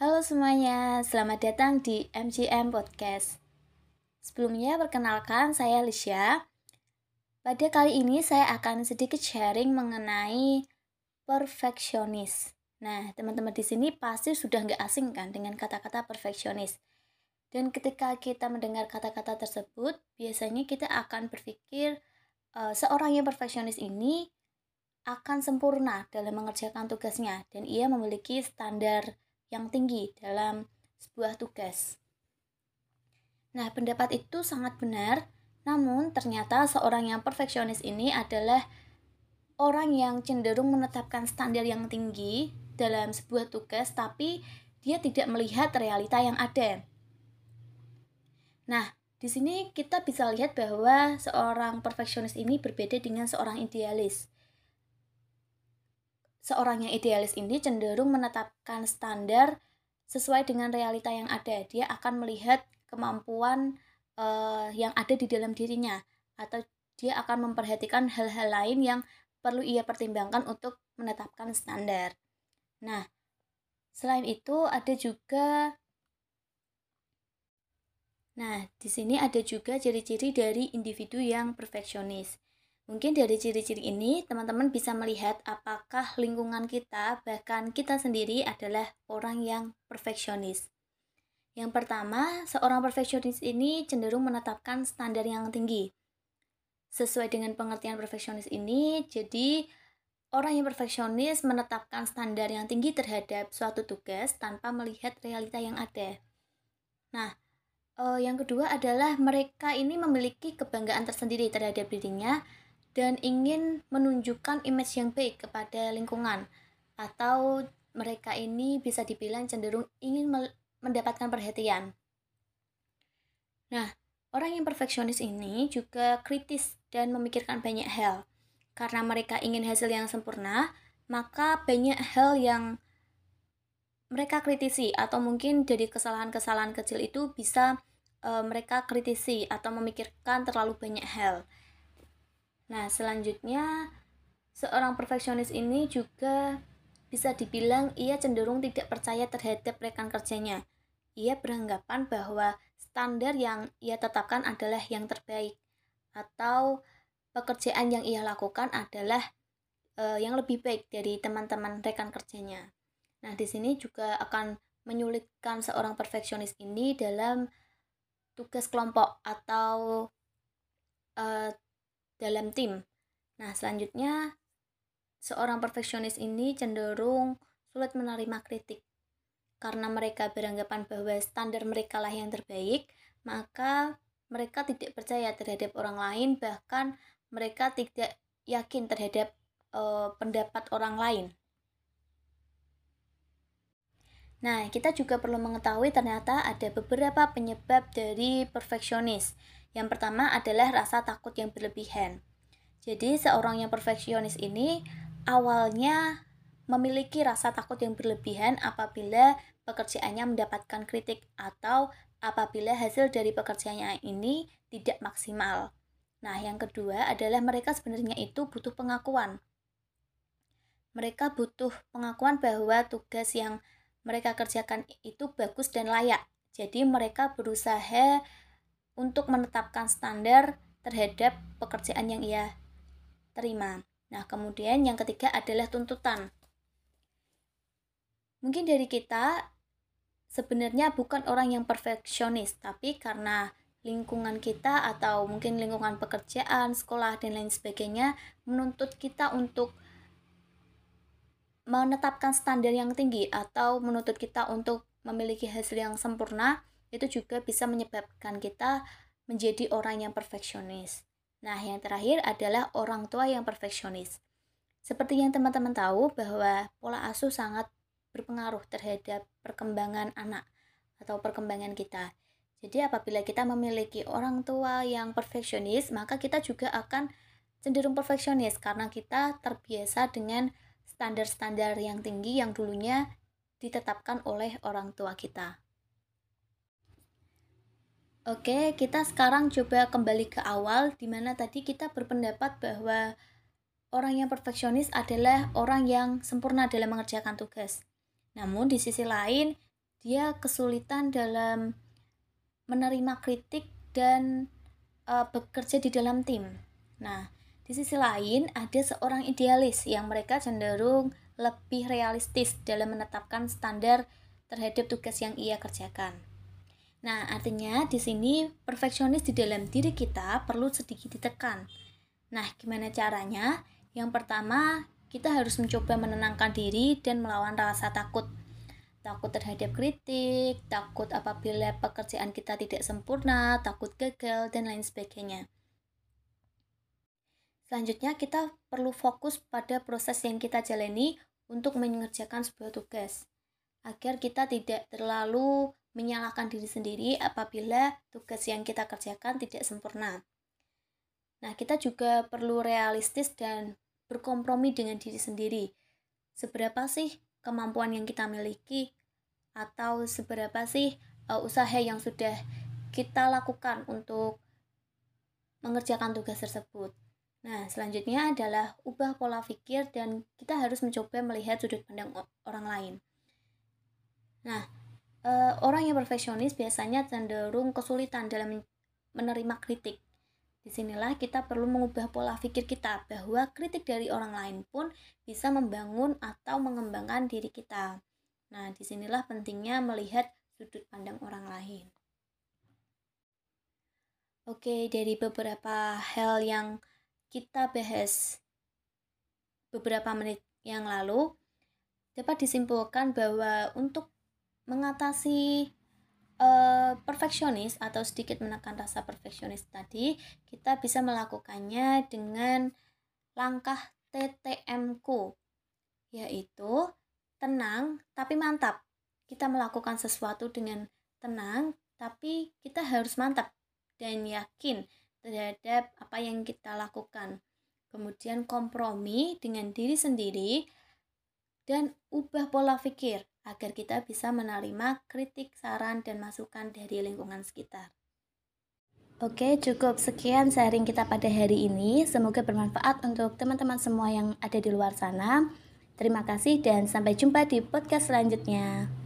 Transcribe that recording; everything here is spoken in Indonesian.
Halo semuanya, selamat datang di MGM Podcast. Sebelumnya perkenalkan saya Lisha. Pada kali ini saya akan sedikit sharing mengenai perfeksionis. Nah, teman-teman di sini pasti sudah nggak asing kan dengan kata-kata perfeksionis. Dan ketika kita mendengar kata-kata tersebut, biasanya kita akan berpikir seorang yang perfeksionis ini akan sempurna dalam mengerjakan tugasnya dan ia memiliki standar yang tinggi dalam sebuah tugas. Nah, pendapat itu sangat benar, namun ternyata seorang yang perfeksionis ini adalah orang yang cenderung menetapkan standar yang tinggi dalam sebuah tugas, tapi dia tidak melihat realita yang ada. Nah, di sini kita bisa lihat bahwa seorang perfeksionis ini berbeda dengan seorang idealis. Seorang yang idealis ini cenderung menetapkan standar sesuai dengan realita yang ada. Dia akan melihat kemampuan yang ada di dalam dirinya, atau dia akan memperhatikan hal-hal lain yang perlu ia pertimbangkan untuk menetapkan standar. Nah, selain itu di sini ada juga ciri-ciri dari individu yang perfeksionis. Mungkin dari ciri-ciri ini, teman-teman bisa melihat apakah lingkungan kita, bahkan kita sendiri adalah orang yang perfeksionis. Yang pertama, seorang perfeksionis ini cenderung menetapkan standar yang tinggi. Sesuai dengan pengertian perfeksionis ini, jadi orang yang perfeksionis menetapkan standar yang tinggi terhadap suatu tugas tanpa melihat realita yang ada. Nah, yang kedua adalah mereka ini memiliki kebanggaan tersendiri terhadap dirinya dan ingin menunjukkan image yang baik kepada lingkungan, atau mereka ini bisa dibilang cenderung ingin mendapatkan perhatian. Nah, orang yang perfeksionis ini juga kritis dan memikirkan banyak hal. Karena mereka ingin hasil yang sempurna, maka banyak hal yang mereka kritisi, atau mungkin dari kesalahan-kesalahan kecil itu bisa mereka kritisi atau memikirkan terlalu banyak hal. Nah, selanjutnya seorang perfeksionis ini juga bisa dibilang ia cenderung tidak percaya terhadap rekan kerjanya. Ia beranggapan bahwa standar yang ia tetapkan adalah yang terbaik, atau pekerjaan yang ia lakukan adalah yang lebih baik dari teman-teman rekan kerjanya. Nah, di sini juga akan menyulitkan seorang perfeksionis ini dalam tugas kelompok atau dalam tim. Nah, selanjutnya seorang perfeksionis ini cenderung sulit menerima kritik. Karena mereka beranggapan bahwa standar mereka lah yang terbaik, maka mereka tidak percaya terhadap orang lain, bahkan mereka tidak yakin terhadap pendapat orang lain. Nah, kita juga perlu mengetahui ternyata ada beberapa penyebab dari perfeksionis. Yang pertama adalah rasa takut yang berlebihan. Jadi, seorang yang perfeksionis ini awalnya memiliki rasa takut yang berlebihan apabila pekerjaannya mendapatkan kritik atau apabila hasil dari pekerjaannya ini tidak maksimal. Nah, yang kedua adalah mereka sebenarnya itu butuh pengakuan. Mereka butuh pengakuan bahwa tugas yang mereka kerjakan itu bagus dan layak. Jadi mereka berusaha untuk menetapkan standar terhadap pekerjaan yang ia terima. Nah, kemudian yang ketiga adalah tuntutan. Mungkin dari kita sebenarnya bukan orang yang perfeksionis, tapi karena lingkungan kita atau mungkin lingkungan pekerjaan, sekolah, dan lain sebagainya menuntut kita untuk menetapkan standar yang tinggi atau menuntut kita untuk memiliki hasil yang sempurna, itu juga bisa menyebabkan kita menjadi orang yang perfeksionis. Nah, yang terakhir adalah orang tua yang perfeksionis. Seperti yang teman-teman tahu bahwa pola asuh sangat berpengaruh terhadap perkembangan anak atau perkembangan kita. Jadi apabila kita memiliki orang tua yang perfeksionis, maka kita juga akan cenderung perfeksionis karena kita terbiasa dengan standar-standar yang tinggi yang dulunya ditetapkan oleh orang tua kita. Oke, kita sekarang coba kembali ke awal, di mana tadi kita berpendapat bahwa orang yang perfeksionis adalah orang yang sempurna dalam mengerjakan tugas. Namun di sisi lain, dia kesulitan dalam menerima kritik dan bekerja di dalam tim. Nah, di sisi lain ada seorang idealis yang mereka cenderung lebih realistis dalam menetapkan standar terhadap tugas yang ia kerjakan. Nah, artinya di sini perfeksionis di dalam diri kita perlu sedikit ditekan. Nah, gimana caranya? Yang pertama, kita harus mencoba menenangkan diri dan melawan rasa takut. Takut terhadap kritik, takut apabila pekerjaan kita tidak sempurna, takut gagal, dan lain sebagainya. Selanjutnya, kita perlu fokus pada proses yang kita jalani untuk mengerjakan sebuah tugas, agar kita tidak terlalu menyalahkan diri sendiri apabila tugas yang kita kerjakan tidak sempurna. Nah, kita juga perlu realistis dan berkompromi dengan diri sendiri. Seberapa sih kemampuan yang kita miliki, atau seberapa sih usaha yang sudah kita lakukan untuk mengerjakan tugas tersebut. Nah, selanjutnya adalah ubah pola pikir dan kita harus mencoba melihat sudut pandang orang lain. Nah, orang yang perfeksionis biasanya cenderung kesulitan dalam menerima kritik. Disinilah kita perlu mengubah pola pikir kita bahwa kritik dari orang lain pun bisa membangun atau mengembangkan diri kita. Nah, disinilah pentingnya melihat sudut pandang orang lain. Oke, dari beberapa hal yang kita bahas beberapa menit yang lalu, dapat disimpulkan bahwa untuk mengatasi perfeksionis atau sedikit menekan rasa perfeksionis tadi, kita bisa melakukannya dengan langkah TTM-ku, yaitu tenang tapi mantap. Kita melakukan sesuatu dengan tenang, tapi kita harus mantap dan yakin terhadap apa yang kita lakukan. Kemudian kompromi dengan diri sendiri dan ubah pola pikir agar kita bisa menerima kritik, saran, dan masukan dari lingkungan sekitar. Oke, cukup sekian sharing kita pada hari ini. Semoga bermanfaat untuk teman-teman semua yang ada di luar sana. Terima kasih dan sampai jumpa di podcast selanjutnya.